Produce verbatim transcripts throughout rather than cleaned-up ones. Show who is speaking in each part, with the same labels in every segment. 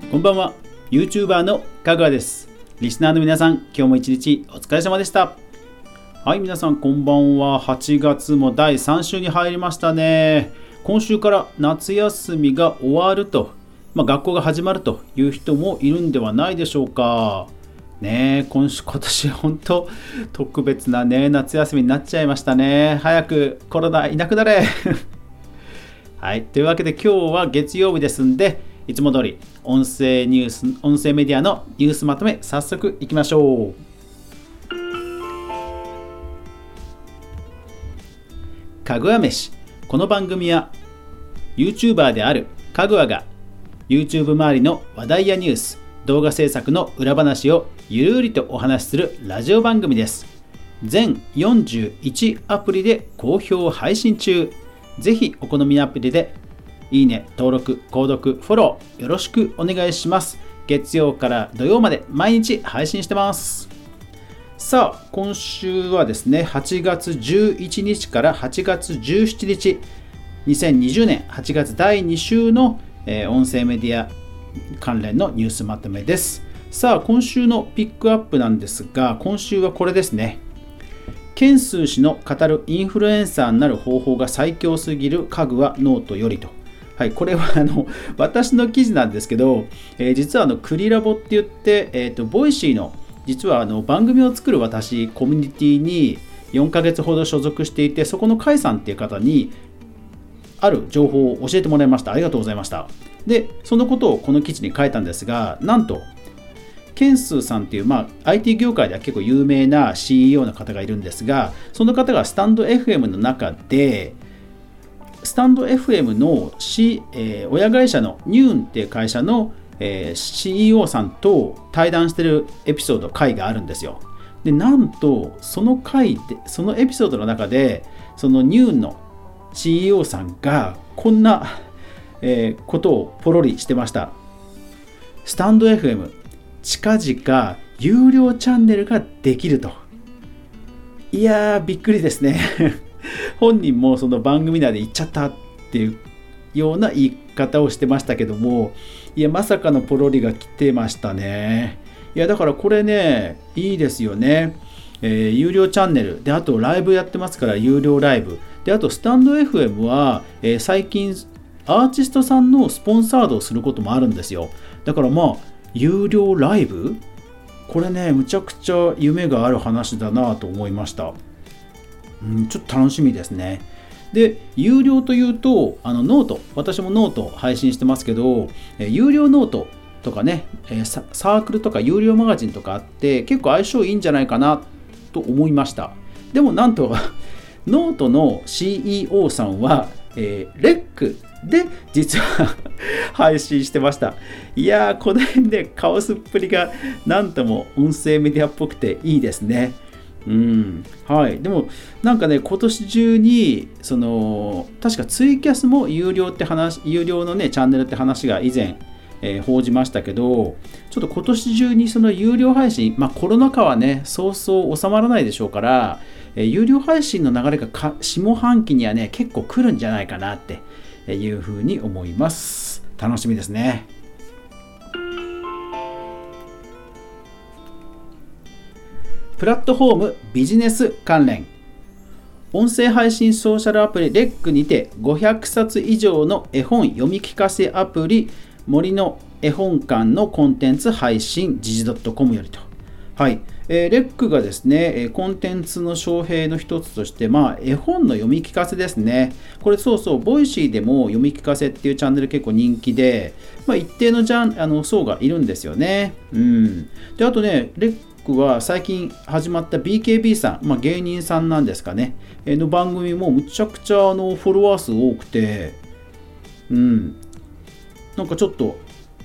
Speaker 1: こんばんは、YouTuber のかぐわです。リスナーの皆さん、今日も一日お疲れ様でした。はい、皆さんこんばんは。はちがつもだいさん週に入りましたね。今週から夏休みが終わると、まあ、学校が始まるという人もいるんではないでしょうか。ねえ、今週今年本当特別なね夏休みになっちゃいましたね。早くコロナいなくなれ。はい、というわけで今日は月曜日ですんで、いつも通り音声ニュース、音声メディアのニュースまとめ、早速いきましょう。かぐわ飯。この番組は YouTuber であるかぐわが YouTube 周りの話題やニュース、動画制作の裏話をゆるりとお話しするラジオ番組です。全よんじゅういちアプリで好評配信中。ぜひお好みのアプリでいいね、登録、購読、フォローよろしくお願いします。月曜から土曜まで毎日配信してます。さあ、今週はですね、はちがつじゅういちにちからはちがつじゅうしちにち、にせんにじゅうねんはちがつだいに週の、えー、音声メディア関連のニュースまとめです。さあ、今週のピックアップなんですが、今週はこれですね。ケンスー氏の語るインフルエンサーになる方法が最強すぎるかぐわノートよりと。はい、これはあの私の記事なんですけど、えー、実はあのクリラボって言って、えーと、ボイシーの実はあの番組を作る私コミュニティによんかげつほど所属していて、そこの甲斐さんっていう方にある情報を教えてもらいました。ありがとうございました。で、そのことをこの記事に書いたんですが、なんとケンスーさんっていう、まあ、アイティー 業界では結構有名な シーイーオー の方がいるんですが、その方がスタンド エフエム の中でスタンド エフエム の、C えー、親会社のニューンっていう会社の、えー、シーイーオー さんと対談してるエピソード回があるんですよ。で、なんとその回でそのエピソードの中でそのニューンの シーイーオー さんがこんな、えー、ことをポロリしてました。スタンド エフエム 近々有料チャンネルができると。いやーびっくりですね。本人もその番組内で言っちゃったっていうような言い方をしてましたけども、いやまさかのポロリが来てましたね。いやだからこれねいいですよね、えー、有料チャンネルで、あとライブやってますから有料ライブで、あとスタンド エフエム は、えー、最近アーティストさんのスポンサードをすることもあるんですよ。だからまあ有料ライブ、これねむちゃくちゃ夢がある話だなと思いました。うん、ちょっと楽しみですね。で、有料というとあのノート、私もノート配信してますけど、え有料ノートとかね、えサークルとか有料マガジンとかあって結構相性いいんじゃないかなと思いました。でもなんとノートの シーイーオー さんは、えー、レックで実は配信してました。いやーこの辺でカオスっぷりがなんとも音声メディアっぽくていいですね。うん、はい。でもなんかね今年中にその確かツイキャスも有料って話、有料のねチャンネルって話が以前、えー、報じましたけど、ちょっと今年中にその有料配信、まあコロナ禍はねそうそう収まらないでしょうから、えー、有料配信の流れがか下半期にはね結構来るんじゃないかなっていうふうに思います。楽しみですね。プラットフォームビジネス関連。音声配信ソーシャルアプリレックにてごひゃくさつ以上の絵本読み聞かせアプリ森の絵本館のコンテンツ配信時事 .com よりと。はい、えー、レックがですねコンテンツの招聘の一つとして、まあ、絵本の読み聞かせですね。これそうそうボイシーでも読み聞かせっていうチャンネル結構人気で、まあ、一定のジャンあの層がいるんですよね。うん、であとねレックは最近始まった ビーケービー さん、まあ、芸人さんなんですかねの番組もむちゃくちゃあのフォロワー数多くて、うんなんかちょっと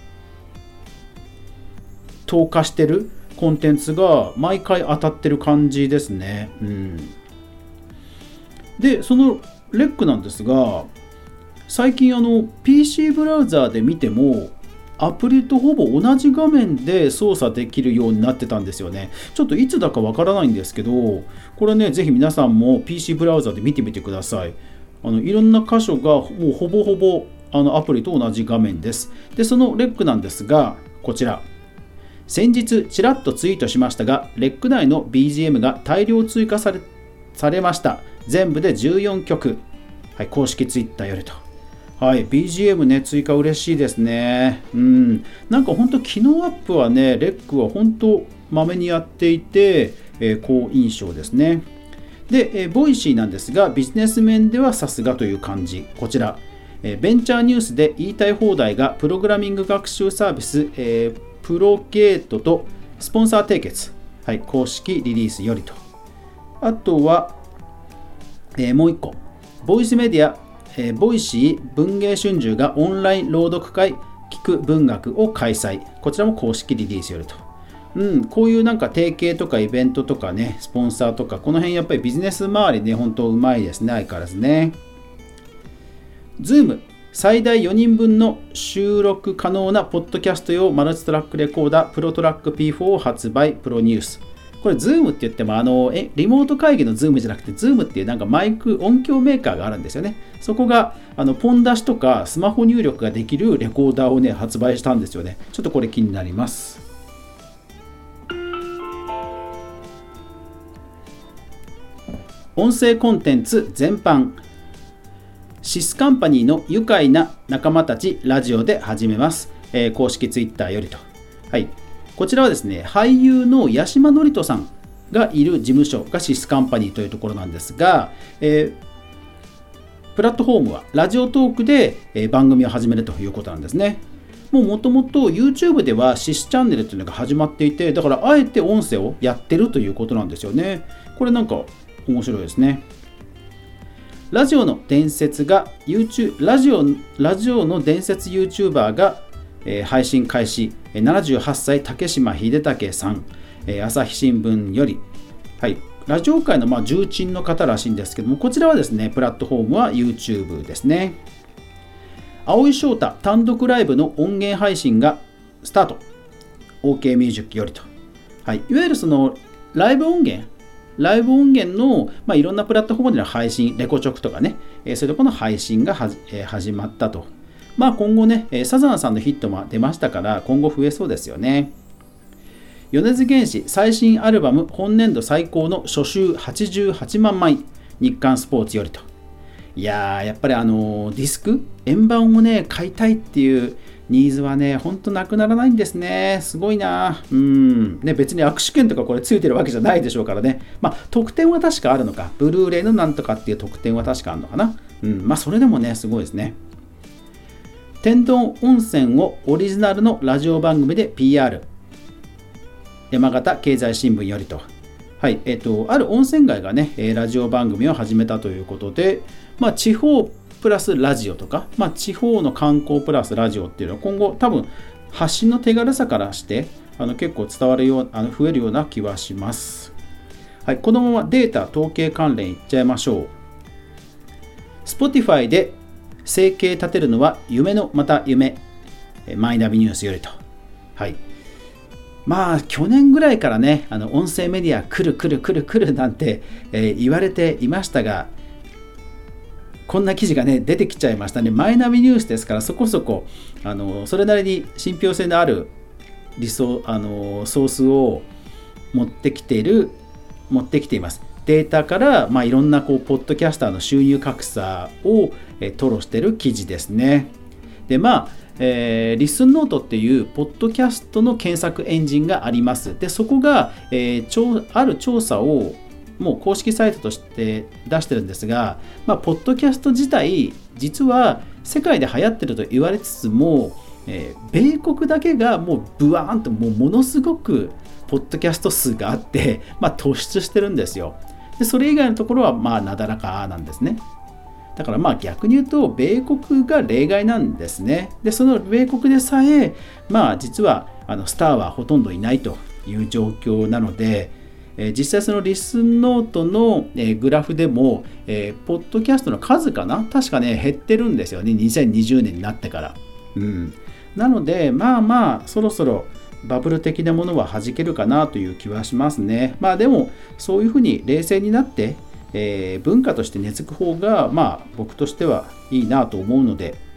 Speaker 1: 投下してるコンテンツが毎回当たってる感じですね。うん、でそのレックなんですが、最近あの ピーシー ブラウザーで見てもアプリとほぼ同じ画面で操作できるようになってたんですよね。ちょっといつだかわからないんですけど、これねぜひ皆さんも ピーシー ブラウザで見てみてください。あのいろんな箇所がもうほぼほぼあのアプリと同じ画面です。で、そのレックなんですが、こちら。先日ちらっとツイートしましたが、レック内の ビージーエム が大量追加され、されました。全部でじゅうよんきょく。はい、公式ツイッターよりと。はい、ビージーエム ね、追加嬉しいですね。うん。なんか本当、機能アップはね、レックは本当、まめにやっていて、えー、好印象ですね。で、えー、ボイシーなんですが、ビジネス面ではさすがという感じ。こちら。えー、ベンチャーニュースで言いたい放題がプログラミング学習サービス、えー、プロゲートとスポンサー締結。はい、公式リリースよりと。あとは、えー、もう一個。ボイスメディア、えー、ボイシー文藝春秋がオンライン朗読会聞く文学を開催。こちらも公式リリースよりと。うん、こういうなんか提携とかイベントとかね、スポンサーとか、この辺やっぱりビジネス周りね、本当うまいですね、相変わらずね。Zoom、最大よにんぶんの収録可能なポッドキャスト用マルチトラックレコーダー、プロトラック ピーフォー を発売、プロニュース。これ Zoom って言ってもあのえリモート会議の Zoom じゃなくて Zoom っていうなんかマイク音響メーカーがあるんですよね。そこがあのポン出しとかスマホ入力ができるレコーダーをね発売したんですよね。ちょっとこれ気になります。音声コンテンツ全般、シスカンパニーの愉快な仲間たちラジオで始めます、えー、公式ツイッターよりと。はい、こちらはですね、俳優の八嶋智人さんがいる事務所がシスカンパニーというところなんですが、えー、プラットフォームはラジオトークで、えー、番組を始めるということなんですね。もうもともと YouTube ではシスチャンネルというのが始まっていて、だからあえて音声をやってるということなんですよね。これなんか面白いですね。ラジオの伝説が YouTube ラジオラジオの伝説 YouTuber が、えー、配信開始。ななじゅうはっさい竹島秀武さん、えー、朝日新聞より、はい、ラジオ界のまあ重鎮の方らしいんですけども、こちらはですね、プラットフォームは YouTube ですね。蒼井翔太単独ライブの音源配信がスタート。OK ミュージックよりと。はい、いわゆるそのライブ音源ライブ音源の、まあ、いろんなプラットフォームでの配信、レコチョクとかね、えー、そういうところの配信がはじ、えー、始まったと。まあ今後ね、えー、サザンさんのヒットも出ましたから、今後増えそうですよね。米津玄師最新アルバム本年度最高の初週はちじゅうはちまんまい、日刊スポーツよりと。いやー、やっぱりあのー、ディスク、円盤をね、買いたいっていうニーズはね、ほんとなくならないんですね。すごいな。うん。ね、別に握手券とかこれついてるわけじゃないでしょうからね。まあ、特典は確かあるのか。ブルーレイのなんとかっていう特典は確かあるのかな。うん。まあ、それでもね、すごいですね。天童温泉をオリジナルのラジオ番組で ピーアール。山形経済新聞よりと。はい。えっと、ある温泉街がね、ラジオ番組を始めたということで、まあ、地方プラスラジオとか、まあ、地方の観光プラスラジオっていうのは今後多分発信の手軽さからしてあの結構伝わるようあの増えるような気はします。はい、このままデータ統計関連いっちゃいましょう。Spotify で生計立てるのは夢のまた夢、マイナビニュースよりと。はい。まあ去年ぐらいからね、あの音声メディア来る来る来る来るなんて、えー、言われていましたが、こんな記事がね出てきちゃいましたね。マイナビニュースですから、そこそこあのそれなりに信憑性のある理想あのソースを持ってきている持ってきています。データから、まあ、いろんなこうポッドキャスターの収入格差をえ吐露している記事ですね。でまあ、えー、リスンノートっていうポッドキャストの検索エンジンがあります。でそこが、えー、ある調査をもう公式サイトとして出してるんですが、まあ、ポッドキャスト自体実は世界で流行ってると言われつつも、えー、米国だけがもうブワーンともうものすごくポッドキャスト数があって、まあ、突出してるんですよ。でそれ以外のところはまあなだらかなんですね。だからまあ逆に言うと米国が例外なんですね。でその米国でさえまあ実はあのスターはほとんどいないという状況なので、えー、実際そのリスンノートの、えー、グラフでも、えー、ポッドキャストの数かな確かね減ってるんですよね。にせんにじゅうねんになってから、うん、なのでまあまあそろそろバブル的なものは弾けるかなという気はしますね。まあでもそういうふうに冷静になって、えー、文化として根付く方がまあ僕としてはいいなと思うので、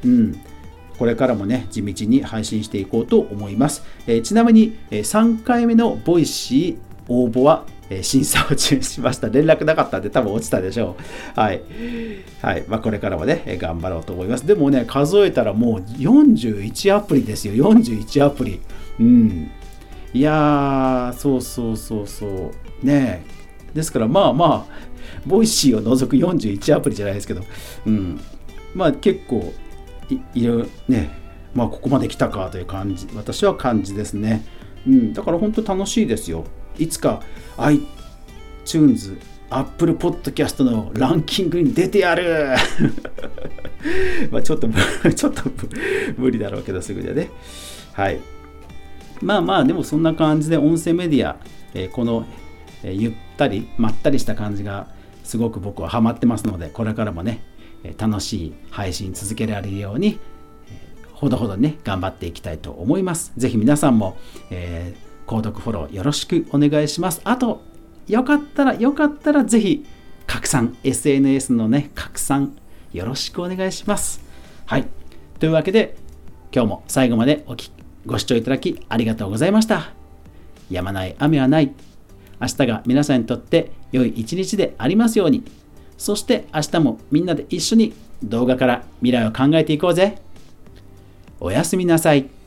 Speaker 1: うん、これからもね地道に配信していこうと思います。えー、ちなみに、えー、さんかいめのボイシー応募は、えー、審査を中止しました。連絡なかったんで多分落ちたでしょう。はい、はいまあ、これからもね、えー、頑張ろうと思います。でもね数えたらもうよんじゅういちアプリですよ。よんじゅういちアプリ。うん。いやーそうそうそうそうねえ。ですからまあまあボイシーを除くよんじゅういちアプリじゃないですけど、うん、まあ結構いいろいろね、まあここまで来たかという感じ、私は感じですね。うん、だから本当楽しいですよ。いつか iTunes、Apple Podcast のランキングに出てやるまあちょっとちょっと無理だろうけどすぐでね。はい。まあまあでもそんな感じで音声メディア、えー、この、えー、ゆったりまったりした感じがすごく僕はハマってますので、これからもね楽しい配信続けられるようにほどほどね頑張っていきたいと思います。ぜひ皆さんも、えー、購読フォローよろしくお願いします。あとよかったらよかったらぜひ拡散 エスエヌエス のね拡散よろしくお願いします。はい、というわけで今日も最後までおきご視聴いただきありがとうございました。やまない雨はない。明日が皆さんにとって良い一日でありますように。そして明日もみんなで一緒に動画から未来を考えていこうぜ。おやすみなさい。